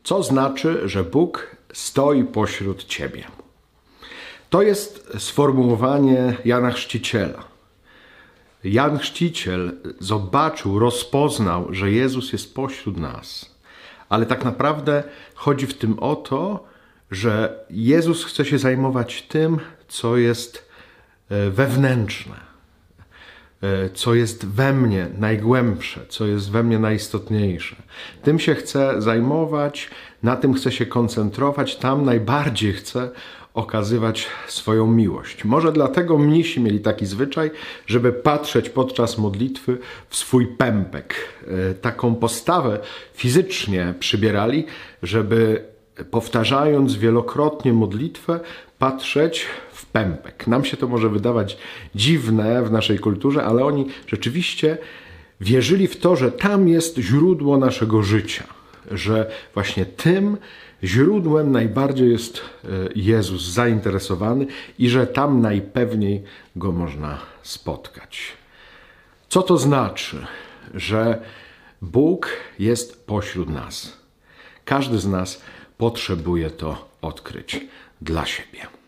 Co znaczy, że Bóg stoi pośród ciebie? To jest sformułowanie Jana Chrzciciela. Jan Chrzciciel zobaczył, rozpoznał, że Jezus jest pośród nas. Ale tak naprawdę chodzi w tym o to, że Jezus chce się zajmować tym, co jest wewnętrzne, co jest we mnie najgłębsze, co jest we mnie najistotniejsze. Tym się chce zajmować, na tym chce się koncentrować, tam najbardziej chce okazywać swoją miłość. Może dlatego mnisi mieli taki zwyczaj, żeby patrzeć podczas modlitwy w swój pępek. Taką postawę fizycznie przybierali, żeby powtarzając wielokrotnie modlitwę, patrzeć w pępek. Nam się to może wydawać dziwne w naszej kulturze, ale oni rzeczywiście wierzyli w to, że tam jest źródło naszego życia. Że właśnie tym źródłem najbardziej jest Jezus zainteresowany i że tam najpewniej Go można spotkać. Co to znaczy, że Bóg jest pośród nas? Każdy z nas potrzebuje to odkryć dla siebie.